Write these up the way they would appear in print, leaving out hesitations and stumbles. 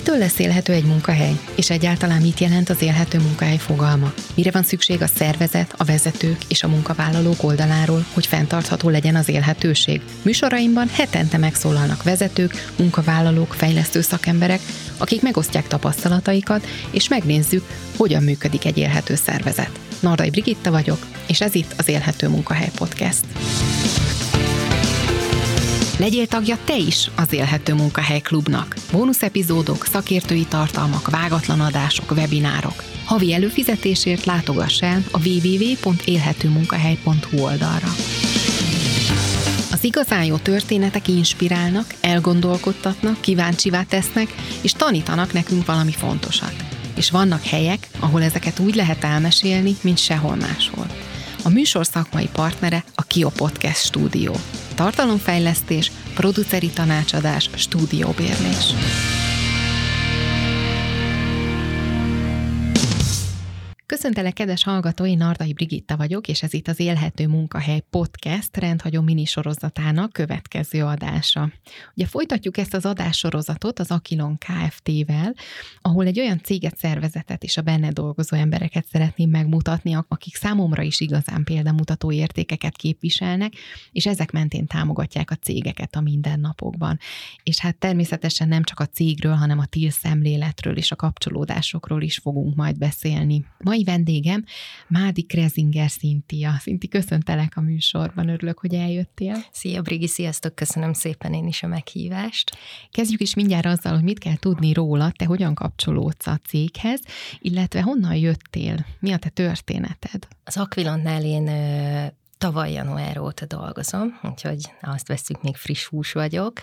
Mitől lesz élhető egy munkahely? És egyáltalán mit jelent az élhető munkahely fogalma? Mire van szükség a szervezet, a vezetők és a munkavállalók oldaláról, hogy fenntartható legyen az élhetőség? Műsoraimban hetente megszólalnak vezetők, munkavállalók, fejlesztő szakemberek, akik megosztják tapasztalataikat, és megnézzük, hogyan működik egy élhető szervezet. Nardai Brigitta vagyok, és ez itt az Élhető Munkahely Podcast. Legyél tagja te is az Élhető Munkahely Klubnak. Bónusz epizódok, szakértői tartalmak, vágatlan adások, webinárok. Havi előfizetésért látogass el a www.élhetőmunkahely.hu oldalra. Az igazán jó történetek inspirálnak, elgondolkodtatnak, kíváncsivá tesznek, és tanítanak nekünk valami fontosat. És vannak helyek, ahol ezeket úgy lehet elmesélni, mint sehol máshol. A műsor szakmai partnere a KIO Podcast Stúdió. Tartalomfejlesztés, produceri tanácsadás, stúdióbérlés. Köszöntelek, kedves hallgatói, Nardai Brigitta vagyok, és ez itt az Élhető Munkahely Podcast rendhagyó minisorozatának következő adása. Ugye folytatjuk ezt az adássorozatot az Aquilon Kft-vel, ahol egy olyan céget, szervezetet és a benne dolgozó embereket szeretném megmutatni, akik számomra is igazán példamutató értékeket képviselnek, és ezek mentén támogatják a cégeket a mindennapokban. És hát természetesen nem csak a cégről, hanem a TIL szemléletről és a kapcsolódásokról is fogunk majd beszélni. Mai vendégem Mádi Krezinger Szintia. Szinti, köszöntelek a műsorban, örülök, hogy eljöttél. Szia Brigi, sziasztok, köszönöm szépen én is a meghívást. Kezdjük is mindjárt azzal, hogy mit kell tudni róla, te hogyan kapcsolódsz a céghez, illetve honnan jöttél, mi a te történeted? Az Aquilonnál én tavaly január óta dolgozom, úgyhogy azt vesszük, még friss hús vagyok.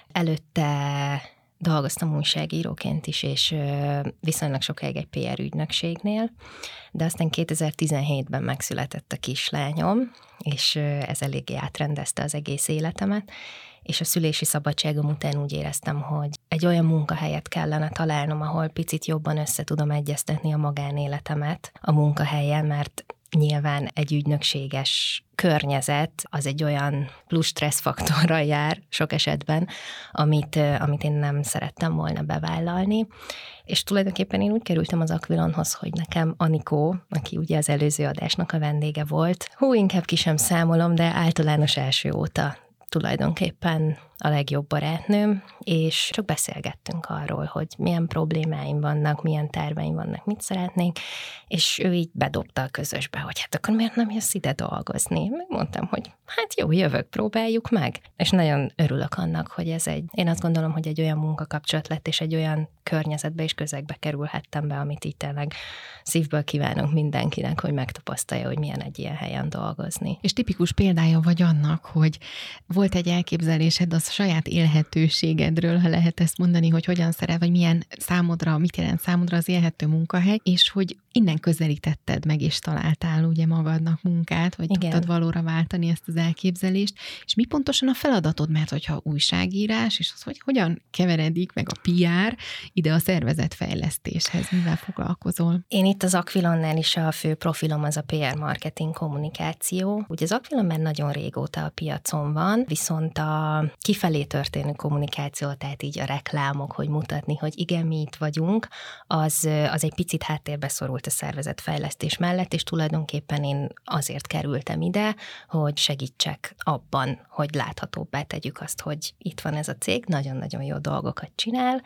Előtte dolgoztam újságíróként is, és viszonylag sokáig egy PR ügynökségnél, de aztán 2017-ben megszületett a kislányom, és ez eléggé átrendezte az egész életemet, és a szülési szabadságom után úgy éreztem, hogy egy olyan munkahelyet kellene találnom, ahol picit jobban össze tudom egyeztetni a magánéletemet a munkahelyen, mert nyilván egy ügynökséges környezet az egy olyan plusz stresszfaktorral jár sok esetben, amit én nem szerettem volna bevállalni. És tulajdonképpen én úgy kerültem az Aquilonhoz, hogy nekem Anikó, aki ugye az előző adásnak a vendége volt, inkább ki sem számolom, de általános első óta tulajdonképpen a legjobb barátnőm, és csak beszélgettünk arról, hogy milyen problémáim vannak, milyen terveim vannak, mit szeretnénk, és ő így bedobta a közösbe, hogy hát akkor miért nem jössz ide dolgozni? Megmondtam, hogy hát jó, jövök, próbáljuk meg. És nagyon örülök annak, hogy én azt gondolom, hogy egy olyan munkakapcsolat lett, és egy olyan környezetbe és közegbe kerülhettem be, amit így tényleg szívből kívánok mindenkinek, hogy megtapasztalja, hogy milyen egy ilyen helyen dolgozni. És tipikus példája vagy annak, hogy volt egy elképzelésed az saját élhetőségedről, ha lehet ezt mondani, hogy hogyan szeret, vagy milyen számodra, mit jelent számodra az élhető munkahely, és hogy innen közelítetted meg, és találtál ugye magadnak munkát, vagy igen, tudtad valóra váltani ezt az elképzelést, és mi pontosan a feladatod, mert hogyha újságírás, és az, hogy hogyan keveredik meg a PR ide a szervezetfejlesztéshez, mivel foglalkozol? Én itt az Aquilonnál is a fő profilom az a PR marketing kommunikáció. Ugye az Aquilon már nagyon régóta a piacon van, viszont a kifelé történő kommunikáció, tehát így a reklámok, hogy mutatni, hogy igen, mi itt vagyunk, az egy picit háttérbe szorult a szervezetfejlesztés mellett, és tulajdonképpen én azért kerültem ide, hogy segítsek abban, hogy láthatóbbá tegyük azt, hogy itt van ez a cég, nagyon-nagyon jó dolgokat csinál,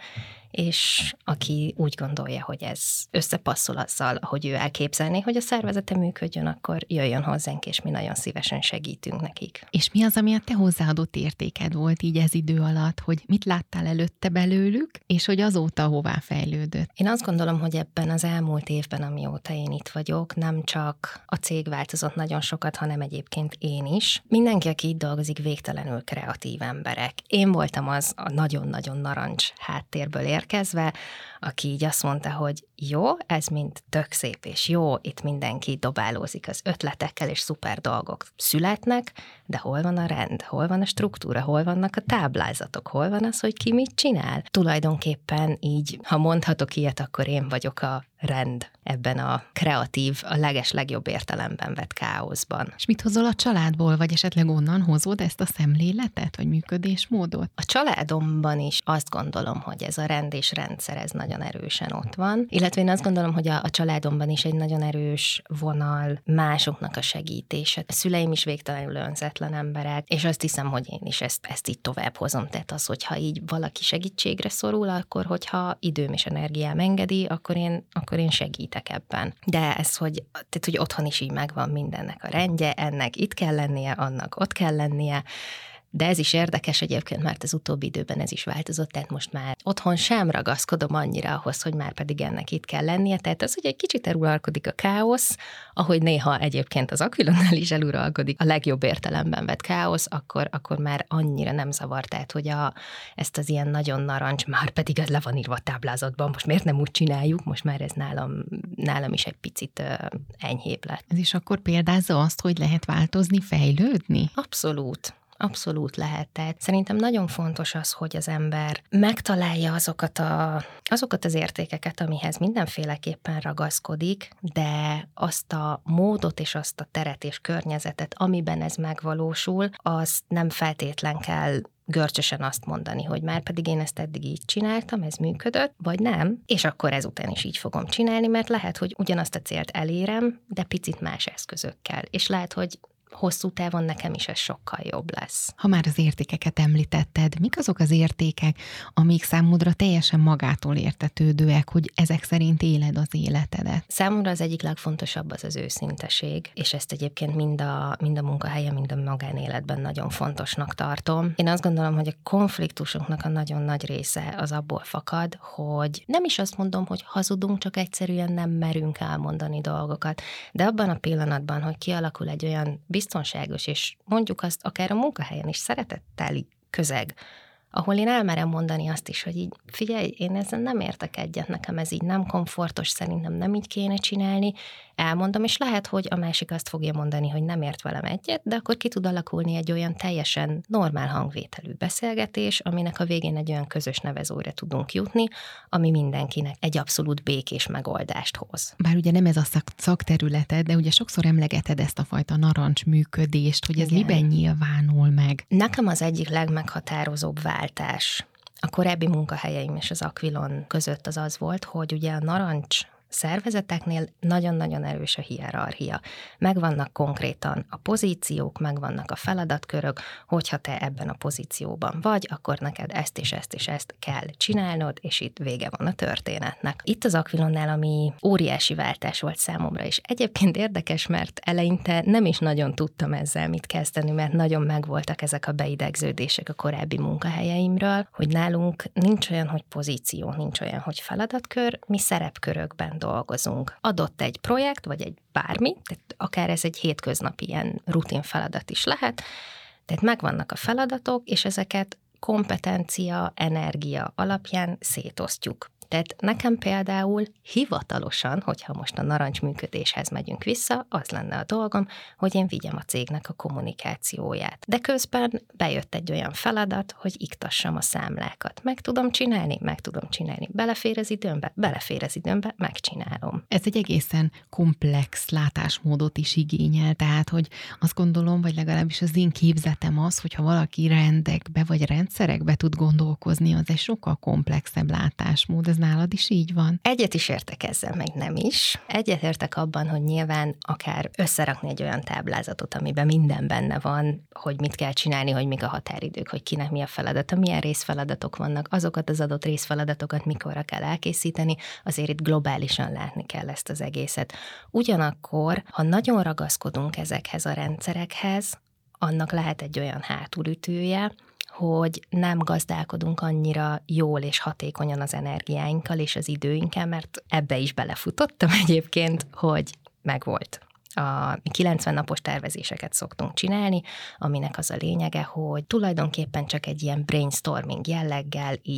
és aki úgy gondolja, hogy ez összepasszol azzal, ahogy ő elképzelné, hogy a szervezete működjön, akkor jöjjön hozzánk, és mi nagyon szívesen segítünk nekik. És mi az, ami a te hozzáadott értéked volt így ez idő alatt, hogy mit láttál előtte belőlük, és hogy azóta hová fejlődött? Én azt gondolom, hogy ebben az elmúlt évben, amióta én itt vagyok, nem csak a cég változott nagyon sokat, hanem egyébként én is. Mindenki, aki itt dolgozik, végtelenül kreatív emberek. Én voltam az a nagyon-nagyon narancs háttérből érkezve, aki így azt mondta, hogy jó, ez mind tök szép és jó, itt mindenki dobálózik az ötletekkel, és szuper dolgok születnek, de hol van a rend, hol van a struktúra, hol vannak a táblázatok, hol van az, hogy ki mit csinál? Tulajdonképpen így, ha mondhatok ilyet, akkor én vagyok a rend ebben a kreatív, a legjobb értelemben vett káoszban. És mit hozol a családból, vagy esetleg onnan hozod ezt a szemléletet, vagy működésmódot? A családomban is azt gondolom, hogy ez a rend és rendszer, ez nagyon erősen ott van. Illetve én azt gondolom, hogy a családomban is egy nagyon erős vonal másoknak a segítése. A szüleim is végtelenül önzetlen emberek, és azt hiszem, hogy én is ezt így tovább hozom. Tehát az, hogyha így valaki segítségre szorul, akkor hogyha időm és energiám engedi, akkor én segítek ebben. De ez, hogy otthon is így megvan mindennek a rendje, ennek itt kell lennie, annak ott kell lennie. De ez is érdekes egyébként, mert az utóbbi időben ez is változott, tehát most már otthon sem ragaszkodom annyira ahhoz, hogy már pedig ennek itt kell lennie, tehát az, hogy egy kicsit eluralkodik a káosz, ahogy néha egyébként az Aquilonnál is eluralkodik a legjobb értelemben vett káosz, akkor már annyira nem zavar, tehát hogy ezt az ilyen nagyon narancs, már pedig ez le van írva a táblázatban, most miért nem úgy csináljuk, most már ez nálam is egy picit enyhébb lett. Ez is akkor példázza azt, hogy lehet változni, fejlődni? Abszolút lehet. Tehát szerintem nagyon fontos az, hogy az ember megtalálja azokat az értékeket, amihez mindenféleképpen ragaszkodik, de azt a módot és azt a teret és környezetet, amiben ez megvalósul, azt nem feltétlen kell görcsösen azt mondani, hogy már pedig én ezt eddig így csináltam, ez működött, vagy nem, és akkor ezután is így fogom csinálni, mert lehet, hogy ugyanazt a célt elérem, de picit más eszközökkel. És lehet, hogy hosszú távon nekem is ez sokkal jobb lesz. Ha már az értékeket említetted, mik azok az értékek, amik számodra teljesen magától értetődőek, hogy ezek szerint éled az életedet? Számomra az egyik legfontosabb az őszinteség, és ezt egyébként mind a munkahelyen, mind a magánéletben nagyon fontosnak tartom. Én azt gondolom, hogy a konfliktusoknak a nagyon nagy része az abból fakad, hogy nem is azt mondom, hogy hazudunk, csak egyszerűen nem merünk elmondani dolgokat, de abban a pillanatban, hogy kialakul egy olyan biztonságos, és mondjuk azt akár a munkahelyen is szeretetteli közeg, ahol én elmerem mondani azt is, hogy így figyelj, én ezzel nem értek egyet, nekem ez így nem komfortos, szerintem nem így kéne csinálni, elmondom, és lehet, hogy a másik azt fogja mondani, hogy nem ért velem egyet, de akkor ki tud alakulni egy olyan teljesen normál hangvételű beszélgetés, aminek a végén egy olyan közös nevezőre tudunk jutni, ami mindenkinek egy abszolút békés megoldást hoz. Bár ugye nem ez a szakterületed, de ugye sokszor emlegeted ezt a fajta narancs működést, hogy ez miben nyilvánul meg? Nekem az egyik legmeghatározóbb váltás a korábbi munkahelyeim és az Aquilon között az volt, hogy ugye a narancs szervezeteknél nagyon-nagyon erős a hierarchia. Megvannak konkrétan a pozíciók, megvannak a feladatkörök, hogyha te ebben a pozícióban vagy, akkor neked ezt és ezt és ezt kell csinálnod, és itt vége van a történetnek. Itt az Aquilonnál, ami óriási váltás volt számomra, és egyébként érdekes, mert eleinte nem is nagyon tudtam ezzel mit kezdeni, mert nagyon megvoltak ezek a beidegződések a korábbi munkahelyeimről, hogy nálunk nincs olyan, hogy pozíció, nincs olyan, hogy feladatkör, mi szerepkörökben dolgozunk. Adott egy projekt, vagy egy bármi, tehát akár ez egy hétköznapi ilyen rutin feladat is lehet, tehát megvannak a feladatok, és ezeket kompetencia, energia alapján szétosztjuk. Tehát nekem például hivatalosan, hogyha most a narancs működéshez megyünk vissza, az lenne a dolgom, hogy én vigyem a cégnek a kommunikációját. De közben bejött egy olyan feladat, hogy iktassam a számlákat. Meg tudom csinálni? Meg tudom csinálni. Belefér az időmbe? Megcsinálom. Ez egy egészen komplex látásmódot is igényel, tehát, hogy azt gondolom, vagy legalábbis az én képzetem az, hogyha valaki rendekbe vagy rendszerekbe tud gondolkozni, az egy sokkal komplexebb látásmód. Ez nálad is így van? Egyet is értek ezzel, meg nem is. Egyet értek abban, hogy nyilván akár összerakni egy olyan táblázatot, amiben minden benne van, hogy mit kell csinálni, hogy mik a határidők, hogy kinek mi a feladata, milyen részfeladatok vannak, azokat az adott részfeladatokat mikorra kell elkészíteni, azért itt globálisan látni kell ezt az egészet. Ugyanakkor, ha nagyon ragaszkodunk ezekhez a rendszerekhez, annak lehet egy olyan hátulütője, hogy nem gazdálkodunk annyira jól és hatékonyan az energiáinkkal és az időinkkel, mert ebbe is belefutottam egyébként, hogy megvolt. Mi 90 napos tervezéseket szoktunk csinálni, aminek az a lényege, hogy tulajdonképpen csak egy ilyen brainstorming jelleggel így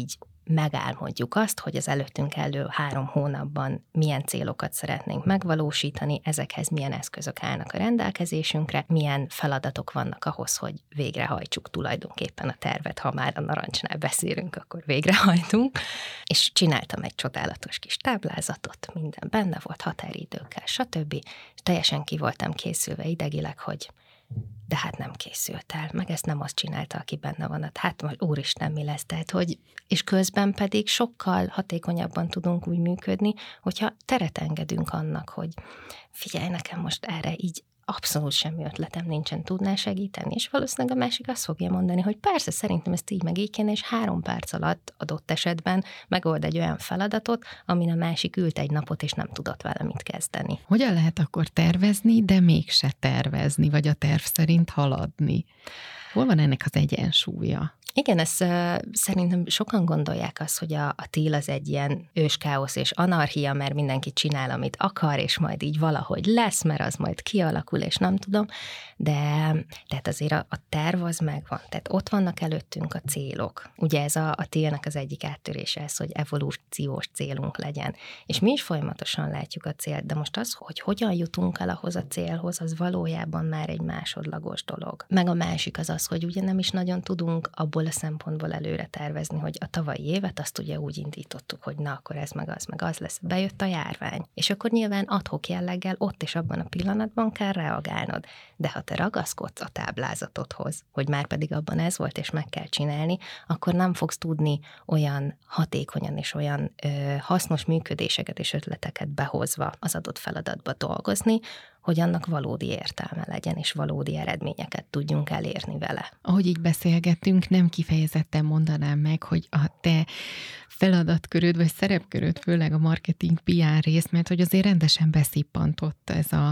megálmodjuk azt, hogy az előttünk elő 3 hónapban milyen célokat szeretnénk megvalósítani, ezekhez milyen eszközök állnak a rendelkezésünkre, milyen feladatok vannak ahhoz, hogy végrehajtsuk tulajdonképpen a tervet, ha már a narancsnál beszélünk, akkor végrehajtunk. És csináltam egy csodálatos kis táblázatot, minden benne volt, határidőkkel, stb. És teljesen ki voltam készülve idegileg, hogy de hát nem készült el, meg ezt nem azt csinálta, aki benne van. Hát most úristen, mi lesz? Tehát, hogy, és közben pedig sokkal hatékonyabban tudunk úgy működni, hogyha teret engedünk annak, hogy figyelj, nekem most erre így abszolút semmi ötletem nincsen, tudnál segíteni, és valószínűleg a másik azt fogja mondani, hogy persze, szerintem ezt így meg így kéne, és 3 perc alatt adott esetben megold egy olyan feladatot, amin a másik ült egy napot, és nem tudott vele mit kezdeni. Hogyan lehet akkor tervezni, de mégse tervezni, vagy a terv szerint haladni? Hol van ennek az egyensúlya? Igen, ezt szerintem sokan gondolják azt, hogy a tél az egy ilyen őskáosz és anarchia, mert mindenki csinál, amit akar, és majd így valahogy lesz, mert az majd kialakul, és nem tudom, de tehát azért a terv az megvan, tehát ott vannak előttünk a célok. Ugye ez a télnek az egyik áttörése ez, hogy evolúciós célunk legyen. És mi is folyamatosan látjuk a célt, de most az, hogy hogyan jutunk el ahhoz a célhoz, az valójában már egy másodlagos dolog. Meg a másik az, hogy ugye nem is nagyon tudunk abból a szempontból előre tervezni, hogy a tavalyi évet azt ugye úgy indítottuk, hogy na, akkor ez meg az lesz. Bejött a járvány. És akkor nyilván ad-hoc jelleggel ott és abban a pillanatban kell reagálnod. De ha te ragaszkodsz a táblázatodhoz, hogy már pedig abban ez volt, és meg kell csinálni, akkor nem fogsz tudni olyan hatékonyan és olyan hasznos működéseket és ötleteket behozva az adott feladatba dolgozni, hogy annak valódi értelme legyen, és valódi eredményeket tudjunk elérni vele. Ahogy így beszélgettünk, nem kifejezetten mondanám meg, hogy a te feladatköröd, vagy szerepköröd, főleg a marketing PR rész, mert hogy azért rendesen beszippantott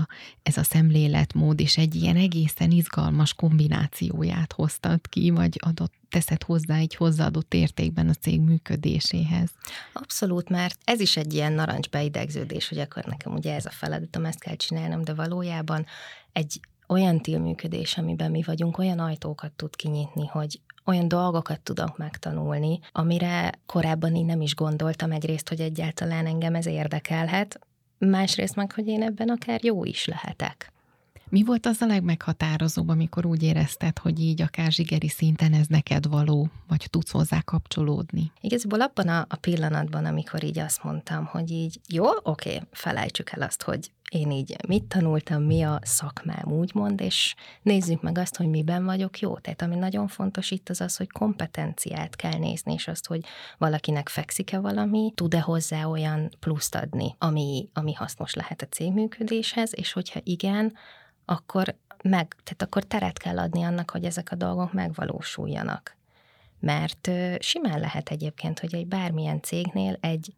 ez a szemléletmód, és egy ilyen egészen izgalmas kombinációját hoztad ki, vagy teszed hozzá egy hozzáadott értékben a cég működéséhez. Abszolút, mert ez is egy ilyen narancs beidegződés, hogy akkor nekem ugye ez a feladatom, ezt kell csinálnom, de valójában egy olyan működés, amiben mi vagyunk, olyan ajtókat tud kinyitni, hogy olyan dolgokat tudok megtanulni, amire korábban én nem is gondoltam egyrészt, hogy egyáltalán engem ez érdekelhet, másrészt meg, hogy én ebben akár jó is lehetek. Mi volt az a legmeghatározóbb, amikor úgy érezted, hogy így akár zsigeri szinten ez neked való, vagy tudsz hozzá kapcsolódni? Igazából abban a pillanatban, amikor így azt mondtam, hogy így jó, oké, felejtsük el azt, hogy én így mit tanultam, mi a szakmám úgymond, és nézzük meg azt, hogy miben vagyok jó. Tehát ami nagyon fontos itt az, hogy kompetenciát kell nézni, és azt, hogy valakinek fekszik-e valami, tud-e hozzá olyan pluszt adni, ami hasznos lehet a cégműködéshez, és hogyha igen, akkor teret kell adni annak, hogy ezek a dolgok megvalósuljanak. Mert simán lehet egyébként, hogy egy bármilyen cégnél egy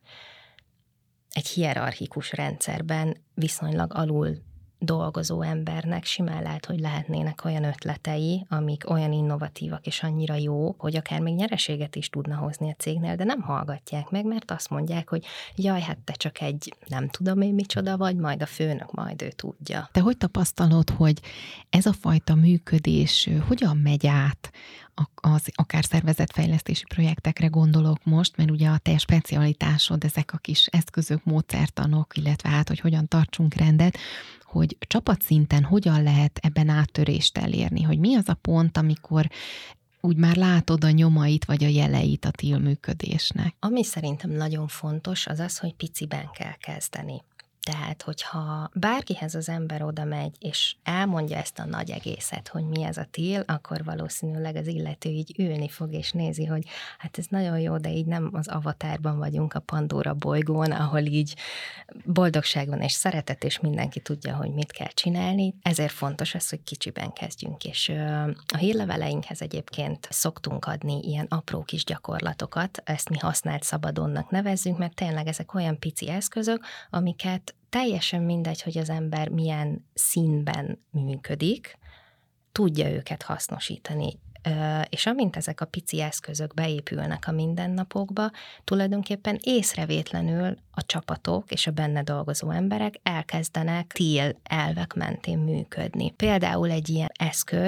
hierarchikus rendszerben viszonylag alul dolgozó embernek simán lehet, hogy lehetnének olyan ötletei, amik olyan innovatívak és annyira jó, hogy akár még nyereséget is tudna hozni a cégnél, de nem hallgatják meg, mert azt mondják, hogy jaj, hát te csak egy nem tudom én micsoda vagy, majd a főnök, majd ő tudja. Te hogy tapasztalod, hogy ez a fajta működés hogyan megy át az akár szervezetfejlesztési projektekre gondolok most, mert ugye a te specialitásod, ezek a kis eszközök, módszertanok, illetve hát, hogy hogyan tartsunk rendet, hogy csapatszinten hogyan lehet ebben áttörést elérni, hogy mi az a pont, amikor úgy már látod a nyomait, vagy a jeleit a TIL működésnek. Ami szerintem nagyon fontos, az, hogy piciben kell kezdeni. Tehát, hogyha bárkihez az ember oda megy, és elmondja ezt a nagy egészet, hogy mi ez a TIL, akkor valószínűleg az illető így ülni fog, és nézi, hogy hát ez nagyon jó, de így nem az Avatárban vagyunk a Pandora bolygón, ahol így boldogság van és szeretet, és mindenki tudja, hogy mit kell csinálni. Ezért fontos az, hogy kicsiben kezdjünk, és a hírleveleinkhez egyébként szoktunk adni ilyen apró kis gyakorlatokat, ezt mi használt szabadonnak nevezzünk, mert tényleg ezek olyan pici eszközök, amiket teljesen mindegy, hogy az ember milyen színben működik, tudja őket hasznosítani. És amint ezek a pici eszközök beépülnek a mindennapokba, tulajdonképpen észrevétlenül a csapatok és a benne dolgozó emberek elkezdenek TIL elvek mentén működni. Például egy ilyen eszköz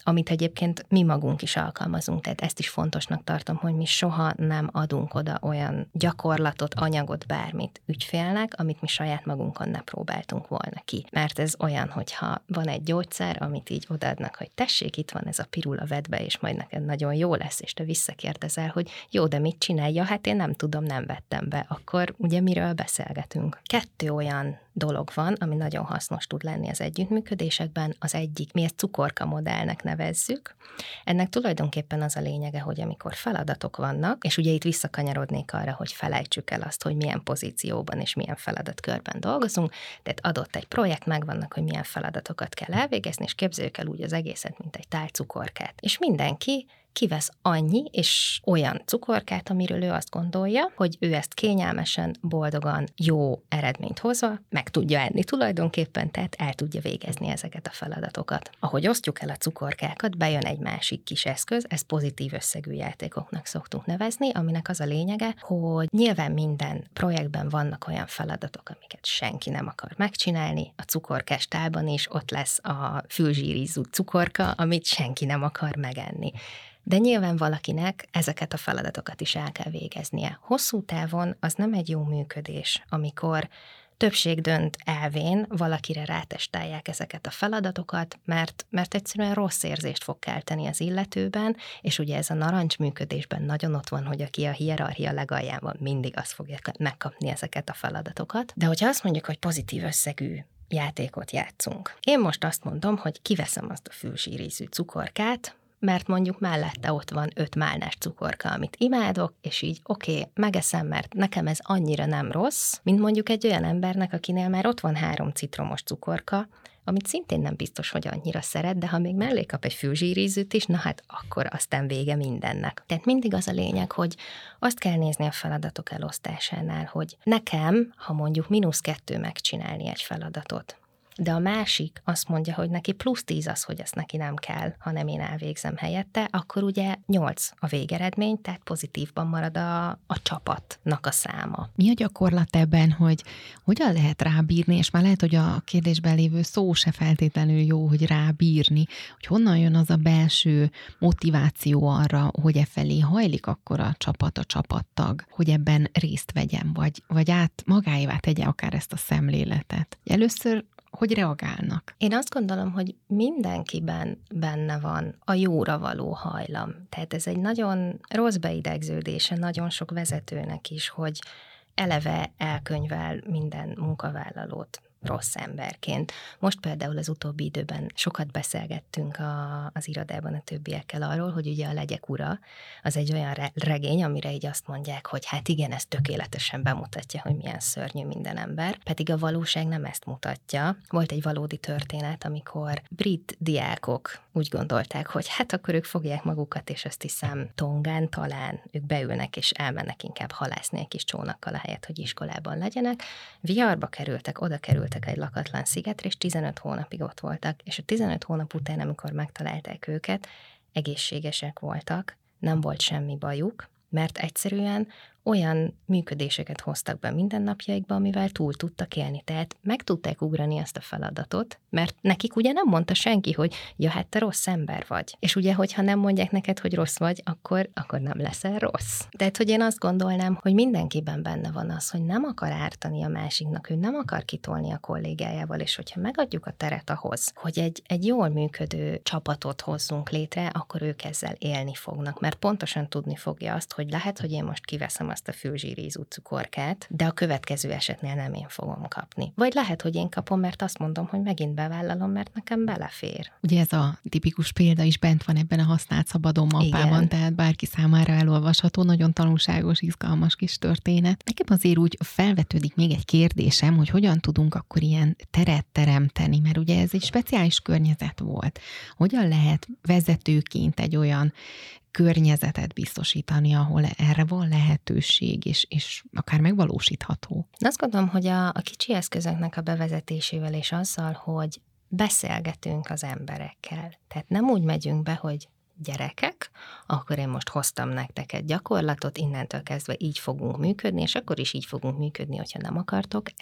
amit egyébként mi magunk is alkalmazunk, tehát ezt is fontosnak tartom, hogy mi soha nem adunk oda olyan gyakorlatot, anyagot, bármit ügyfélnek, amit mi saját magunkon ne próbáltunk volna ki. Mert ez olyan, hogyha van egy gyógyszer, amit így odaadnak, hogy tessék, itt van ez a pirula, vedd be, és majd neked nagyon jó lesz, és te visszakérdezel, hogy jó, de mit csinálja? Hát én nem tudom, nem vettem be. Akkor ugye miről beszélgetünk? 2 olyan dolog van, ami nagyon hasznos tud lenni az együttműködésekben. Az egyik, mi ezt cukorka modellnek nevezzük. Ennek tulajdonképpen az a lényege, hogy amikor feladatok vannak, és ugye itt visszakanyarodnék arra, hogy felejtsük el azt, hogy milyen pozícióban és milyen feladatkörben dolgozunk, tehát adott egy projekt, megvannak, hogy milyen feladatokat kell elvégezni, és képzeljük el úgy az egészet, mint egy tál cukorkát. És mindenki kivesz annyi és olyan cukorkát, amiről ő azt gondolja, hogy ő ezt kényelmesen, boldogan, jó eredményt hozva meg tudja enni tulajdonképpen, tehát el tudja végezni ezeket a feladatokat. Ahogy osztjuk el a cukorkákat, bejön egy másik kis eszköz, ezt pozitív összegű játékoknak szoktunk nevezni, aminek az a lényege, hogy nyilván minden projektben vannak olyan feladatok, amiket senki nem akar megcsinálni, a cukorkás tálban is ott lesz a fülzsírízú cukorka, amit senki nem akar megenni. De nyilván valakinek ezeket a feladatokat is el kell végeznie. Hosszú távon az nem egy jó működés, amikor többség dönt elvén valakire rátestálják ezeket a feladatokat, mert egyszerűen rossz érzést fog kelteni az illetőben, és ugye ez a narancs működésben nagyon ott van, hogy aki a hierarchia legalján van, mindig azt fogja megkapni ezeket a feladatokat. De hogyha azt mondjuk, hogy pozitív összegű játékot játszunk. Én most azt mondom, hogy kiveszem azt a fülzsírízű cukorkát, mert mondjuk mellette ott van 5 málnás cukorka, amit imádok, és így oké, megeszem, mert nekem ez annyira nem rossz, mint mondjuk egy olyan embernek, akinél már ott van 3 citromos cukorka, amit szintén nem biztos, hogy annyira szeret, de ha még mellé kap egy fülzsírízűt is, na hát akkor aztán vége mindennek. Tehát mindig az a lényeg, hogy azt kell nézni a feladatok elosztásánál, hogy nekem, ha mondjuk -2 megcsinálni egy feladatot, de a másik azt mondja, hogy neki +10 az, hogy ezt neki nem kell, hanem én elvégzem helyette, akkor ugye 8 a végeredmény, tehát pozitívban marad a csapatnak a száma. Mi a gyakorlat ebben, hogy hogyan lehet rábírni, és már lehet, hogy a kérdésben lévő szó se feltétlenül jó, hogy rábírni, hogy honnan jön az a belső motiváció arra, hogy e felé hajlik akkor a csapattag, hogy ebben részt vegyen, vagy át magáévá tegye akár ezt a szemléletet. Először hogy reagálnak? Én azt gondolom, hogy mindenkiben benne van a jóra való hajlam. Tehát ez egy nagyon rossz beidegződése nagyon sok vezetőnek is, hogy eleve elkönyvel minden munkavállalót rossz emberként. Most például az utóbbi időben sokat beszélgettünk az irodában a többiekkel arról, hogy ugye a Legyek ura az egy olyan regény, amire így azt mondják, hogy hát igen, ez tökéletesen bemutatja, hogy milyen szörnyű minden ember, pedig a valóság nem ezt mutatja. Volt egy valódi történet, amikor brit diákok úgy gondolták, hogy hát akkor ők fogják magukat, és azt hiszem Tongán talán ők beülnek, és elmennek inkább halászni egy kis csónakkal ahelyett, hogy iskolában legyenek. Viharba kerültek, oda kerültek egy lakatlan szigetre, és 15 hónapig ott voltak, és a 15 hónap után, amikor megtalálták őket, egészségesek voltak, nem volt semmi bajuk, mert egyszerűen olyan működéseket hoztak be mindennapjaikba, amivel túl tudtak élni. Tehát meg tudták ugrani ezt a feladatot, mert nekik ugye nem mondta senki, hogy ja, hát te rossz ember vagy. És ugye, hogyha nem mondják neked, hogy rossz vagy, akkor nem leszel rossz. Tehát, hogy én azt gondolnám, hogy mindenkiben benne van az, hogy nem akar ártani a másiknak, ő nem akar kitolni a kollégájával, és hogyha megadjuk a teret ahhoz, hogy egy jól működő csapatot hozzunk létre, akkor ők ezzel élni fognak, mert pontosan tudni fogja azt, hogy lehet, hogy én most kiveszem azt a fülzsírízú cukorkát, de a következő esetnél nem én fogom kapni. Vagy lehet, hogy én kapom, mert azt mondom, hogy megint bevállalom, mert nekem belefér. Ugye ez a tipikus példa is bent van ebben a használt szabadon mappában, igen. Tehát bárki számára elolvasható, nagyon tanulságos, izgalmas kis történet. Nekem azért úgy felvetődik még egy kérdésem, hogy hogyan tudunk akkor ilyen teret teremteni, mert ugye ez egy speciális környezet volt. Hogyan lehet vezetőként egy olyan környezetet biztosítani, ahol erre van lehetőség, és akár megvalósítható. Azt gondolom, hogy a kicsi eszközöknek a bevezetésével és azzal, hogy beszélgetünk az emberekkel. Tehát nem úgy megyünk be, hogy gyerekek, akkor én most hoztam nektek egy gyakorlatot, innentől kezdve így fogunk működni, és akkor is így fogunk működni, hogyha nem akartok. Ez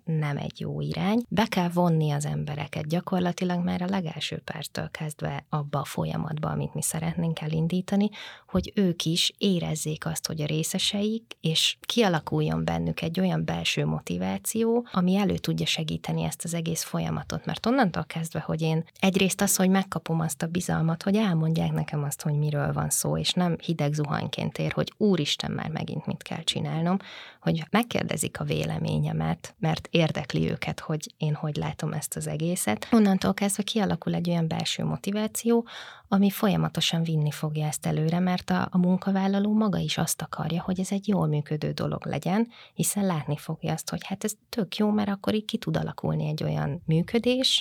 nem egy jó irány. Be kell vonni az embereket gyakorlatilag már a legelső perctől kezdve abba a folyamatba, amit mi szeretnénk elindítani, hogy ők is érezzék azt, hogy a részeseik, és kialakuljon bennük egy olyan belső motiváció, ami elő tudja segíteni ezt az egész folyamatot. Mert onnantól kezdve, hogy én egyrészt az, hogy megkapom azt a bizalmat, hogy elmondják nekem azt, hogy miről van szó, és nem hideg zuhanyként ér, hogy úristen, már megint mit kell csinálnom, hogy megkérdezik a véleményemet, mert érdekli őket, hogy én hogy látom ezt az egészet. Onnantól kezdve kialakul egy olyan belső motiváció, ami folyamatosan vinni fogja ezt előre, mert a munkavállaló maga is azt akarja, hogy ez egy jól működő dolog legyen, hiszen látni fogja azt, hogy hát ez tök jó, mert akkor így ki tud alakulni egy olyan működés,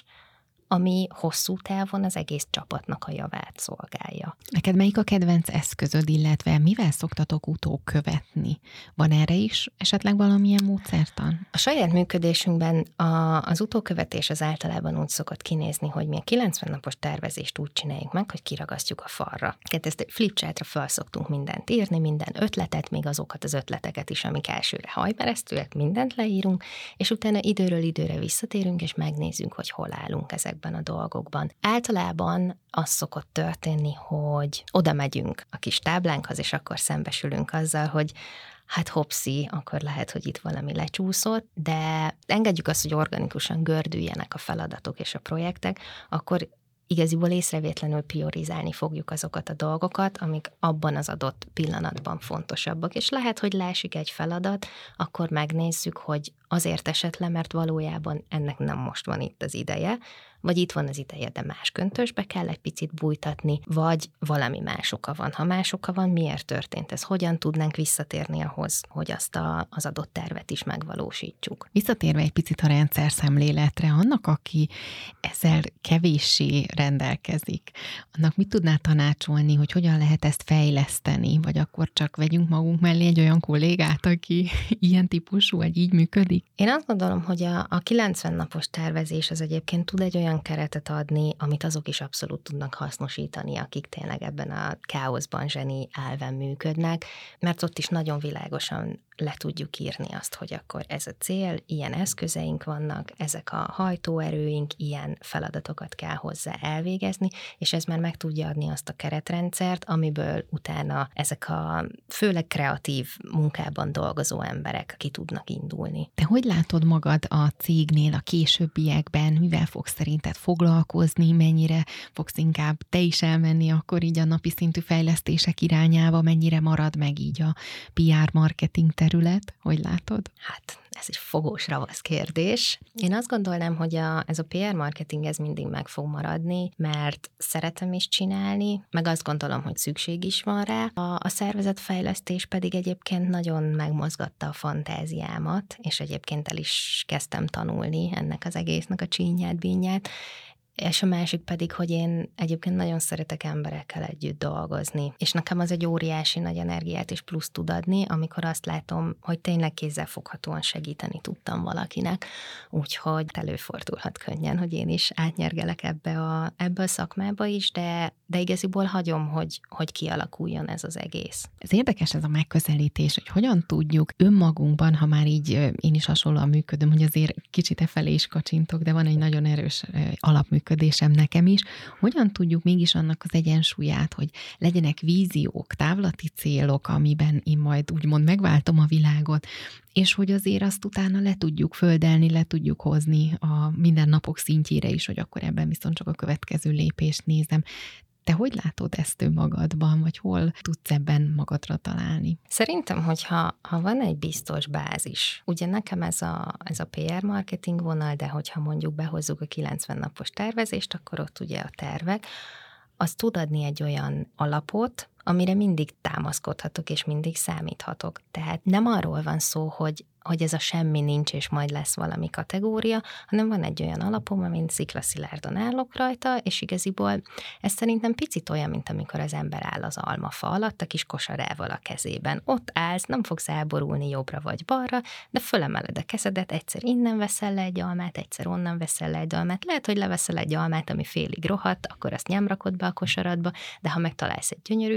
ami hosszú távon az egész csapatnak a javát szolgálja. Neked melyik a kedvenc eszközöd, illetve mivel szoktatok utókövetni? Van erre is esetleg valamilyen módszertan? A saját működésünkben az utókövetés az általában úgy szokott kinézni, hogy mi a 90 napos tervezést úgy csináljuk meg, hogy kiragasztjuk a falra. Tehát ezt flipchartra fel szoktunk mindent írni, minden ötletet, még azokat az ötleteket is, amik elsőre hajmeresztőek, mindent leírunk, és utána időről időre visszatérünk, és megnézzük, hogy hol állunk ezekben a dolgokban. Általában az szokott történni, hogy oda megyünk a kis táblánkhoz, és akkor szembesülünk azzal, hogy hát hopszi, akkor lehet, hogy itt valami lecsúszott, de engedjük azt, hogy organikusan gördüljenek a feladatok és a projektek, akkor igaziból észrevétlenül priorizálni fogjuk azokat a dolgokat, amik abban az adott pillanatban fontosabbak. És lehet, hogy leesik egy feladat, akkor megnézzük, hogy azért esett le, mert valójában ennek nem most van itt az ideje, vagy itt van az ideje, de más köntösbe kell egy picit bújtatni, vagy valami más oka van. Ha más oka van, miért történt ez? Hogyan tudnánk visszatérni ahhoz, hogy azt az adott tervet is megvalósítsuk? Visszatérve egy picit a rendszer szemléletre, annak, aki ezzel kevéssé rendelkezik, annak mit tudná tanácsolni, hogy hogyan lehet ezt fejleszteni, vagy akkor csak vegyünk magunk mellé egy olyan kollégát, aki ilyen típusú, vagy így működik? Én azt gondolom, hogy a 90 napos tervezés az egyébként tud egy olyan keretet adni, amit azok is abszolút tudnak hasznosítani, akik tényleg ebben a káoszban zseni elven működnek, mert ott is nagyon világosan le tudjuk írni azt, hogy akkor ez a cél, ilyen eszközeink vannak, ezek a hajtóerőink, ilyen feladatokat kell hozzá elvégezni, és ez már meg tudja adni azt a keretrendszert, amiből utána ezek a főleg kreatív munkában dolgozó emberek ki tudnak indulni. Te hogy látod magad a cégnél a későbbiekben, mivel fogsz szerinted foglalkozni, mennyire fogsz inkább te is elmenni akkor így a napi szintű fejlesztések irányába, mennyire marad meg így a PR marketing terület? Hogy látod? Hát ez egy fogós ravasz kérdés. Én azt gondolnám, hogy ez a PR marketing ez mindig meg fog maradni, mert szeretem is csinálni, meg azt gondolom, hogy szükség is van rá. A szervezetfejlesztés pedig egyébként nagyon megmozgatta a fantáziámat, és egyébként el is kezdtem tanulni ennek az egésznek a csínyát, bínyát. És a másik pedig, hogy én egyébként nagyon szeretek emberekkel együtt dolgozni, és nekem az egy óriási nagy energiát és plusz tud adni, amikor azt látom, hogy tényleg kézzelfoghatóan segíteni tudtam valakinek, úgyhogy előfordulhat könnyen, hogy én is átnyergelek ebbe a szakmába is, de igaziból hagyom, hogy kialakuljon ez az egész. Ez érdekes ez a megközelítés, hogy hogyan tudjuk önmagunkban, ha már így én is hasonlóan működöm, hogy azért kicsit efelé is kacsintok, de van egy nagyon erős alapműködésem nekem is, hogyan tudjuk mégis annak az egyensúlyát, hogy legyenek víziók, távlati célok, amiben én majd úgymond megváltom a világot, és hogy azért azt utána le tudjuk földelni, le tudjuk hozni a mindennapok szintjére is, hogy akkor ebben viszont csak a következő lépést nézem. Te hogy látod ezt önmagadban, vagy hol tudsz ebben magadra találni? Szerintem, hogyha van egy biztos bázis, ugye nekem ez a PR marketing vonal, de hogyha mondjuk behozzuk a 90 napos tervezést, akkor ott ugye a tervek, az tud adni egy olyan alapot, amire mindig támaszkodhatok, és mindig számíthatok. Tehát nem arról van szó, hogy ez a semmi nincs, és majd lesz valami kategória, hanem van egy olyan alapom, amin sziklaszilárdan állok rajta, és igaziból ez szerintem picit olyan, mint amikor az ember áll az almafa alatt, a kis kosarával a kezében. Ott állsz, nem fogsz elborulni jobbra vagy balra, de fölemeled a kezedet, egyszer innen veszel le egy almát, egyszer onnan veszel le egy almát. Lehet, hogy leveszel egy almát, ami félig rohadt, akkor azt nyomrakod be a kosaradba, de ha megtalálsz egy gyönyörűt,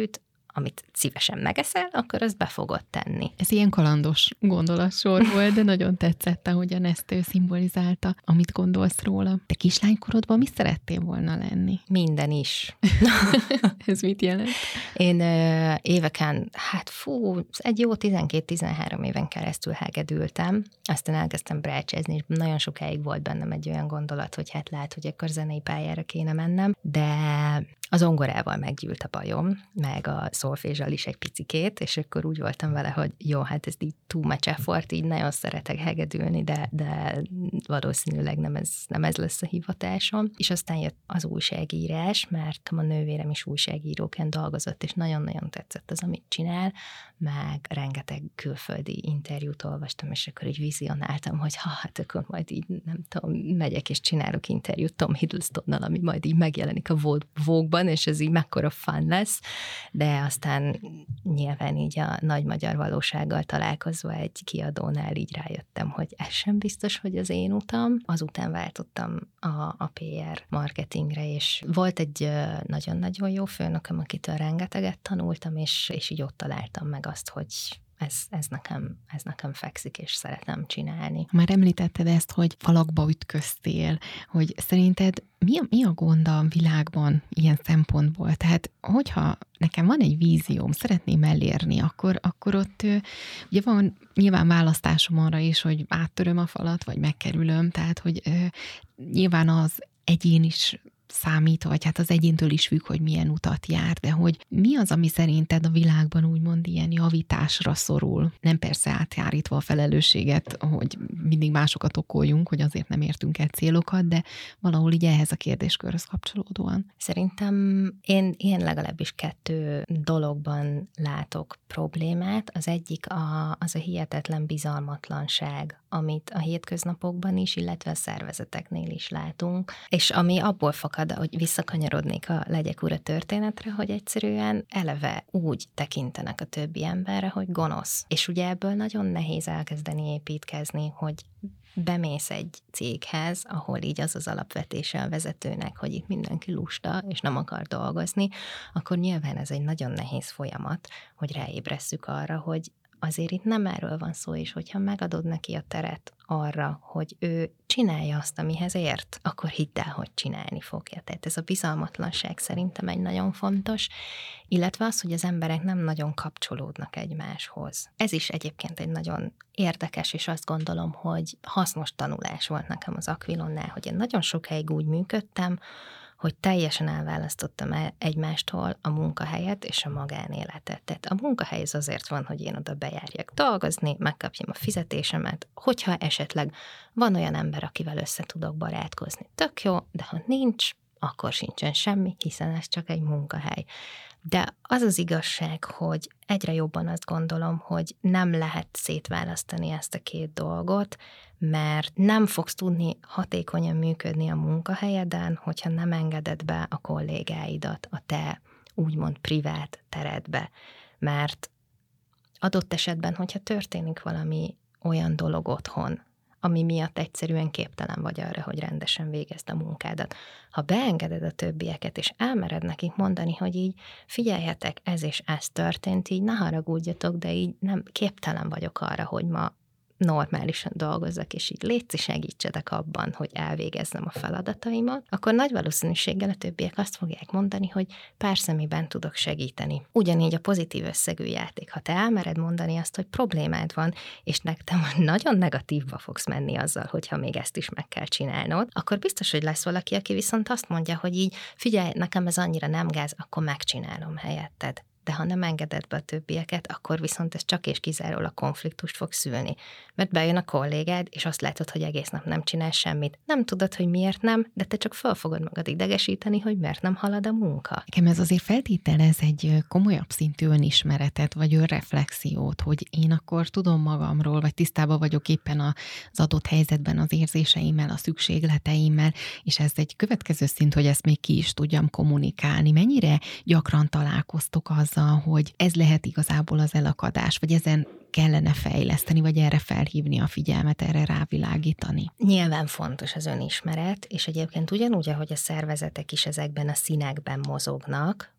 amit szívesen megeszel, akkor azt be fogod tenni. Ez ilyen kalandos gondolatsor volt, de nagyon tetszett, ahogyan ezt ő szimbolizálta, amit gondolsz róla. Te kislánykorodban mi szerettél volna lenni? Minden is. Ez mit jelent? Én éveken, egy jó 12-13 éven keresztül hegedültem, aztán elkezdtem brácsázni, és nagyon sokáig volt bennem egy olyan gondolat, hogy hát lehet, hogy akkor zenei pályára kéne mennem, de az zongorával meggyűlt a bajom, meg a szolfézsal is egy picikét, és akkor úgy voltam vele, hogy jó, hát ez így too much effort, így nagyon szeretek hegedülni, de valószínűleg nem ez lesz a hivatásom. És aztán jött az újságírás, mert a nővérem is újságíróként dolgozott, és nagyon-nagyon tetszett az, amit csinál, meg rengeteg külföldi interjút olvastam, és akkor így vizionáltam, hogy hát akkor majd így, nem tudom, megyek és csinálok interjút Tom Hiddlestonnal, ami majd így megjelenik a Vogue-ban, és ez így mekkora fun lesz, de aztán nyilván így a nagy magyar valósággal találkozva egy kiadónál így rájöttem, hogy ez sem biztos, hogy az én utam. Azután váltottam a PR marketingre, és volt egy nagyon-nagyon jó főnököm, akitől rengeteget tanultam, és így ott találtam meg azt, hogy ez nekem fekszik, és szeretem csinálni. Már említetted ezt, hogy falakba ütköztél, hogy szerinted mi a gond a világban ilyen szempontból? Tehát, hogyha nekem van egy vízióm, szeretném elérni, akkor ott ugye van nyilván választásom arra is, hogy áttöröm a falat, vagy megkerülöm, tehát, hogy nyilván az egyén is számít, vagy hát az egyéntől is függ, hogy milyen utat jár, de hogy mi az, ami szerinted a világban úgymond ilyen javításra szorul? Nem persze átjárítva a felelősséget, hogy mindig másokat okoljunk, hogy azért nem értünk el célokat, de valahol így ehhez a kérdéskörhöz kapcsolódóan. Szerintem én legalábbis 2 dologban látok problémát. Az egyik az a hihetetlen bizalmatlanság, amit a hétköznapokban is, illetve a szervezeteknél is látunk, és ami abból fakad, hogy visszakanyarodnék a Legyek ura történetre, hogy egyszerűen eleve úgy tekintenek a többi emberre, hogy gonosz. És ugye ebből nagyon nehéz elkezdeni építkezni, hogy bemész egy céghez, ahol így az alapvetése a vezetőnek, hogy itt mindenki lusta, és nem akar dolgozni, akkor nyilván ez egy nagyon nehéz folyamat, hogy ráébresszük arra, hogy azért itt nem erről van szó, és hogyha megadod neki a teret arra, hogy ő csinálja azt, amihez ért, akkor hidd el, hogy csinálni fogja. Tehát ez a bizalmatlanság szerintem egy nagyon fontos, illetve az, hogy az emberek nem nagyon kapcsolódnak egymáshoz. Ez is egyébként egy nagyon érdekes, és azt gondolom, hogy hasznos tanulás volt nekem az Aquilonnál, hogy én nagyon sokáig úgy működtem, hogy teljesen elválasztottam egymástól a munkahelyet és a magánéletet. Tehát a munkahely az azért van, hogy én oda bejárjak dolgozni, megkapjam a fizetésemet, hogyha esetleg van olyan ember, akivel össze tudok barátkozni. Tök jó, de ha nincs, akkor sincsen semmi, hiszen ez csak egy munkahely. De az az igazság, hogy egyre jobban azt gondolom, hogy nem lehet szétválasztani ezt a 2 dolgot, mert nem fogsz tudni hatékonyan működni a munkahelyeden, hogyha nem engeded be a kollégáidat a te úgymond privát teredbe. Mert adott esetben, hogyha történik valami olyan dolog otthon, ami miatt egyszerűen képtelen vagy arra, hogy rendesen végezd a munkádat. Ha beengeded a többieket, és elmered nekik mondani, hogy így figyeljetek, ez és ez történt, így ne haragudjatok, de így nem képtelen vagyok arra, hogy ma normálisan dolgozzak, és így létszi segítsedek abban, hogy elvégezzem a feladataimat, akkor nagy valószínűséggel a többiek azt fogják mondani, hogy persze miben tudok segíteni. Ugyanígy a pozitív összegű játék. Ha te elmered mondani azt, hogy problémád van, és nektek nagyon negatívba fogsz menni azzal, hogyha még ezt is meg kell csinálnod, akkor biztos, hogy lesz valaki, aki viszont azt mondja, hogy így figyelj, nekem ez annyira nem gáz, akkor megcsinálom helyetted. De ha nem engeded be a többieket, akkor viszont ez csak és kizárólag konfliktust fog szülni. Mert bejön a kollégád, és azt látod, hogy egész nap nem csinál semmit. Nem tudod, hogy miért nem, de te csak fel fogod magad idegesíteni, hogy miért nem halad a munka. Nekem ez azért feltételez egy komolyabb szintű önismeretet, vagy önreflexiót, hogy én akkor tudom magamról, vagy tisztában vagyok éppen az adott helyzetben az érzéseimmel, a szükségleteimmel, és ez egy következő szint, hogy ezt még ki is tudjam kommunikálni. Mennyire gyakran találkoztok azzal, hogy ez lehet igazából az elakadás, vagy ezen kellene fejleszteni, vagy erre felhívni a figyelmet, erre rávilágítani? Nyilván fontos az önismeret, és egyébként ugyanúgy, ahogy a szervezetek is ezekben a színekben mozognak,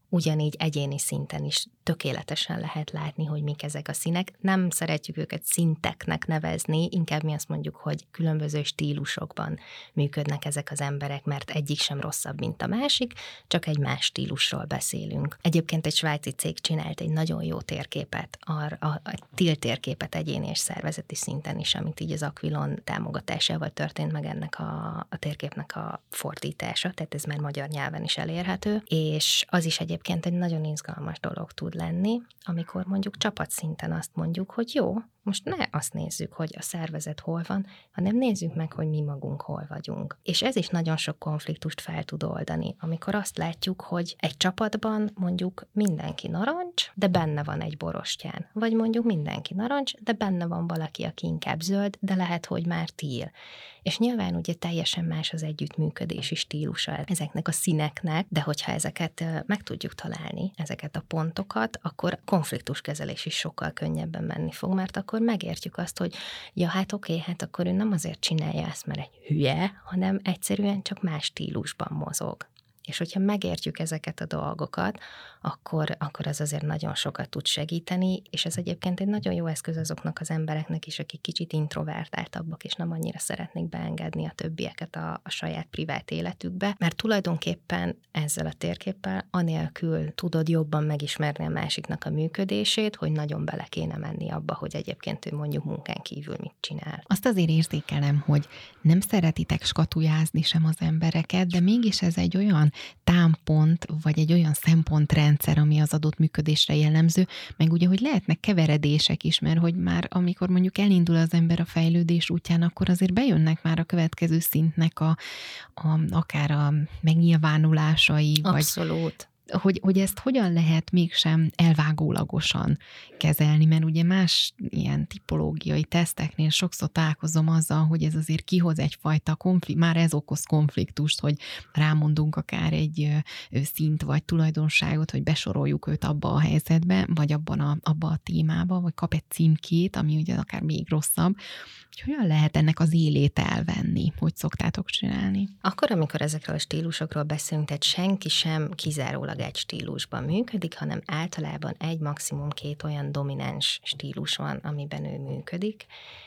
ugyanígy egyéni szinten is tökéletesen lehet látni, hogy mik ezek a színek. Nem szeretjük őket szinteknek nevezni, inkább mi azt mondjuk, hogy különböző stílusokban működnek ezek az emberek, mert egyik sem rosszabb, mint a másik, csak egy más stílusról beszélünk. Egyébként egy svájci cég csinált egy nagyon jó térképet, a TIL térképet egyéni és szervezeti szinten is, amit így az Aquilon támogatásával történt meg ennek a térképnek a fordítása, tehát ez már magyar nyelven is elérhető, és az is egyébként egy nagyon izgalmas dolog tud lenni, amikor mondjuk csapatszinten azt mondjuk, hogy jó, most ne azt nézzük, hogy a szervezet hol van, hanem nézzük meg, hogy mi magunk hol vagyunk. És ez is nagyon sok konfliktust fel tud oldani, amikor azt látjuk, hogy egy csapatban mondjuk mindenki narancs, de benne van egy borostyán. Vagy mondjuk mindenki narancs, de benne van valaki, aki inkább zöld, de lehet, hogy már TIL. És nyilván ugye teljesen más az együttműködési stílusa ezeknek a színeknek, de hogyha ezeket meg tudjuk találni, ezeket a pontokat, akkor konfliktuskezelés is sokkal könnyebben menni fog, mert akkor megértjük azt, hogy ja, hát oké, hát akkor ő nem azért csinálja ezt, mert egy hülye, hanem egyszerűen csak más stílusban mozog. És hogyha megértjük ezeket a dolgokat, akkor az azért nagyon sokat tud segíteni, és ez egyébként egy nagyon jó eszköz azoknak az embereknek is, akik kicsit introvertáltabbak, és nem annyira szeretnék beengedni a többieket a saját privát életükbe, mert tulajdonképpen ezzel a térképpel anélkül tudod jobban megismerni a másiknak a működését, hogy nagyon bele kéne menni abba, hogy egyébként ő mondjuk munkán kívül mit csinál. Azt azért érzékelem, hogy nem szeretitek skatujázni sem az embereket, de mégis ez egy olyan támpont, vagy egy olyan szempontrendszer, ami az adott működésre jellemző, meg ugye, hogy lehetnek keveredések is, mert hogy már amikor mondjuk elindul az ember a fejlődés útján, akkor azért bejönnek már a következő szintnek akár a megnyilvánulásai. Abszolút. Hogy ezt hogyan lehet mégsem elvágólagosan kezelni, mert ugye más ilyen tipológiai teszteknél sokszor találkozom azzal, hogy ez azért kihoz egyfajta már ez okoz konfliktust, hogy rámondunk akár egy szint vagy tulajdonságot, hogy besoroljuk őt abba a helyzetbe, vagy abba a témába, vagy kap egy címkét, ami ugye akár még rosszabb. Hogyan lehet ennek az élét elvenni? Hogy szoktátok csinálni? Akkor, amikor ezekről a stílusokról beszélünk, tehát senki sem kizárólag egy stílusban működik, hanem általában egy, maximum 2 olyan domináns stílus van, amiben ő működik,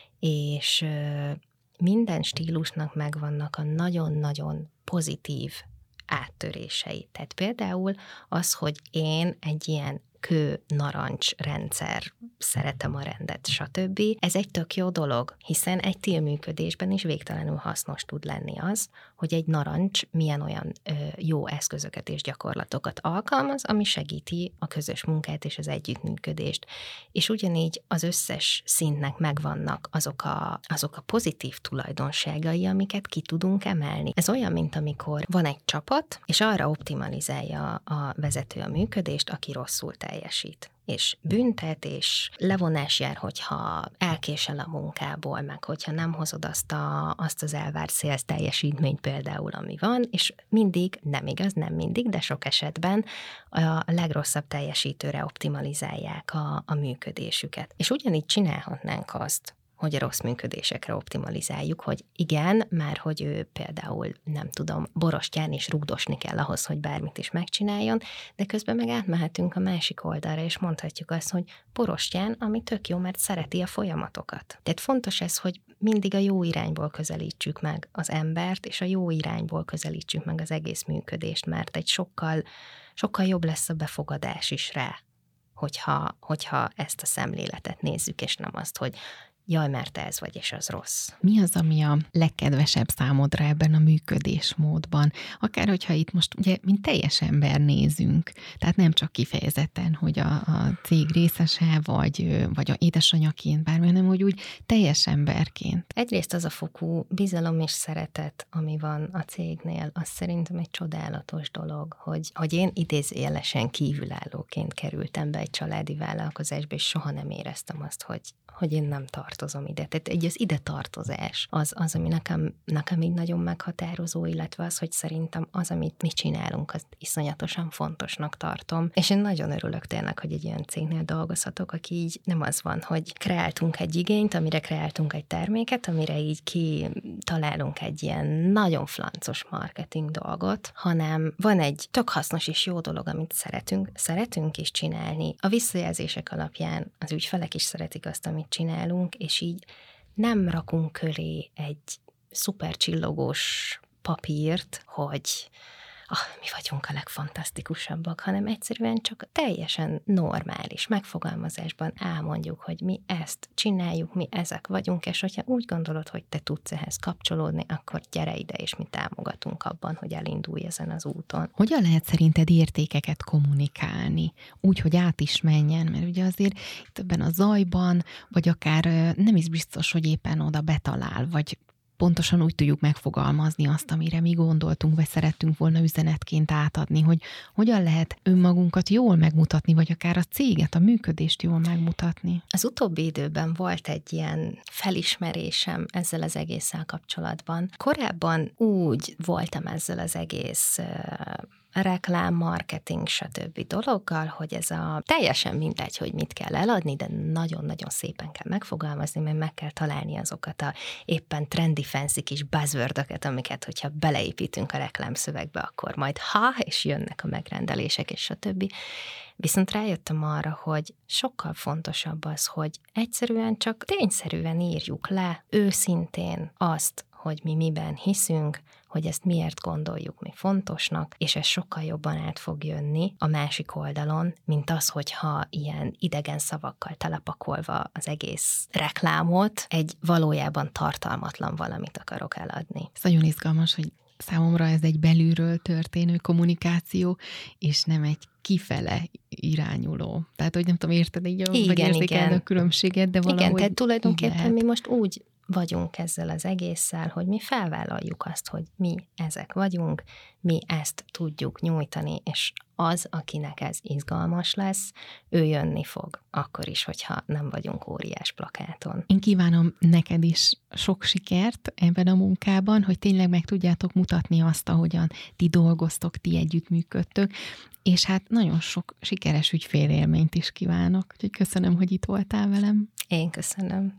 és minden stílusnak megvannak a nagyon-nagyon pozitív áttörései. Tehát például az, hogy én egy ilyen kő-narancs rendszer, szeretem a rendet, stb. Ez egy tök jó dolog, hiszen egy TIL működésben is végtelenül hasznos tud lenni az, hogy egy narancs milyen olyan jó eszközöket és gyakorlatokat alkalmaz, ami segíti a közös munkát és az együttműködést. És ugyanígy az összes szintnek megvannak azok a pozitív tulajdonságai, amiket ki tudunk emelni. Ez olyan, mint amikor van egy csapat, és arra optimalizálja a vezető a működést, aki rosszul teljesít. És büntet, és levonás jár, hogyha elkésel a munkából, meg hogyha nem hozod azt az elvárt sales teljesítményt például, ami van, és mindig, nem igaz, nem mindig, de sok esetben a legrosszabb teljesítőre optimalizálják a működésüket. És ugyanígy csinálhatnánk azt, hogy a rossz működésekre optimalizáljuk, hogy igen, már hogy ő például, nem tudom, borostyán is rugdosni kell ahhoz, hogy bármit is megcsináljon, de közben meg átmehetünk a másik oldalra, és mondhatjuk azt, hogy borostyán, ami tök jó, mert szereti a folyamatokat. Tehát fontos ez, hogy mindig a jó irányból közelítsük meg az embert, és a jó irányból közelítsük meg az egész működést, mert egy sokkal jobb lesz a befogadás is rá, hogyha ezt a szemléletet nézzük, és nem azt, hogy jaj, mert ez vagy, és az rossz. Mi az, ami a legkedvesebb számodra ebben a működésmódban? Akár, hogyha itt most ugye, mint teljes ember nézünk, tehát nem csak kifejezetten, hogy a cég részese, vagy a édesanyjaként bármi, hanem hogy úgy teljes emberként. Egyrészt az a fokú bizalom és szeretet, ami van a cégnél, az szerintem egy csodálatos dolog, hogy én idézőjelesen kívülállóként kerültem be egy családi vállalkozásba, és soha nem éreztem azt, hogy én nem tartom tartozom ide. Tehát egy az ide tartozás az ami nekem így nagyon meghatározó, illetve az, hogy szerintem az, amit mi csinálunk, az iszonyatosan fontosnak tartom. És én nagyon örülök tényleg, hogy egy olyan cégnél dolgozhatok, aki így nem az van, hogy kreáltunk egy igényt, amire kreáltunk egy terméket, amire így találunk egy ilyen nagyon flancos marketing dolgot, hanem van egy tök hasznos és jó dolog, amit szeretünk is csinálni. A visszajelzések alapján az ügyfelek is szeretik azt, amit csinálunk, és így nem rakunk köré egy szuper csillogós papírt, hogy mi vagyunk a legfantasztikusabbak, hanem egyszerűen csak teljesen normális megfogalmazásban elmondjuk, hogy mi ezt csináljuk, mi ezek vagyunk, és hogyha úgy gondolod, hogy te tudsz ehhez kapcsolódni, akkor gyere ide, és mi támogatunk abban, hogy elindulj ezen az úton. Hogyan lehet szerinted értékeket kommunikálni? Úgy, hogy át is menjen, mert ugye azért itt ebben a zajban, vagy akár nem is biztos, hogy éppen oda betalál, vagy pontosan úgy tudjuk megfogalmazni azt, amire mi gondoltunk, vagy szerettünk volna üzenetként átadni, hogy hogyan lehet önmagunkat jól megmutatni, vagy akár a céget, a működést jól megmutatni. Az utóbbi időben volt egy ilyen felismerésem ezzel az egésszel kapcsolatban. Korábban úgy voltam ezzel az egész reklám, marketing, stb. Dologgal, hogy ez teljesen mindegy, hogy mit kell eladni, de nagyon-nagyon szépen kell megfogalmazni, mert meg kell találni azokat a éppen trendy fancy kis buzzwordöket, amiket, hogyha beleépítünk a reklámszövegbe, akkor majd és jönnek a megrendelések, és stb. Viszont rájöttem arra, hogy sokkal fontosabb az, hogy egyszerűen csak tényszerűen írjuk le őszintén azt, hogy mi miben hiszünk, hogy ezt miért gondoljuk mi fontosnak, és ez sokkal jobban át fog jönni a másik oldalon, mint az, hogyha ilyen idegen szavakkal telepakolva az egész reklámot egy valójában tartalmatlan valamit akarok eladni. Ez nagyon izgalmas, hogy számomra ez egy belülről történő kommunikáció, és nem egy kifele irányuló. Tehát, hogy nem tudom, érted így, vagy érzékelni a különbséget, de valahogy igen, tehát tulajdonképpen mi most úgy vagyunk ezzel az egésszel, hogy mi felvállaljuk azt, hogy mi ezek vagyunk, mi ezt tudjuk nyújtani, és az, akinek ez izgalmas lesz, ő jönni fog, akkor is, hogyha nem vagyunk óriás plakáton. Én kívánom neked is sok sikert ebben a munkában, hogy tényleg meg tudjátok mutatni azt, ahogyan ti dolgoztok, ti együttműködtök, és hát nagyon sok sikeres ügyfélélményt is kívánok. Úgyhogy köszönöm, hogy itt voltál velem. Én köszönöm.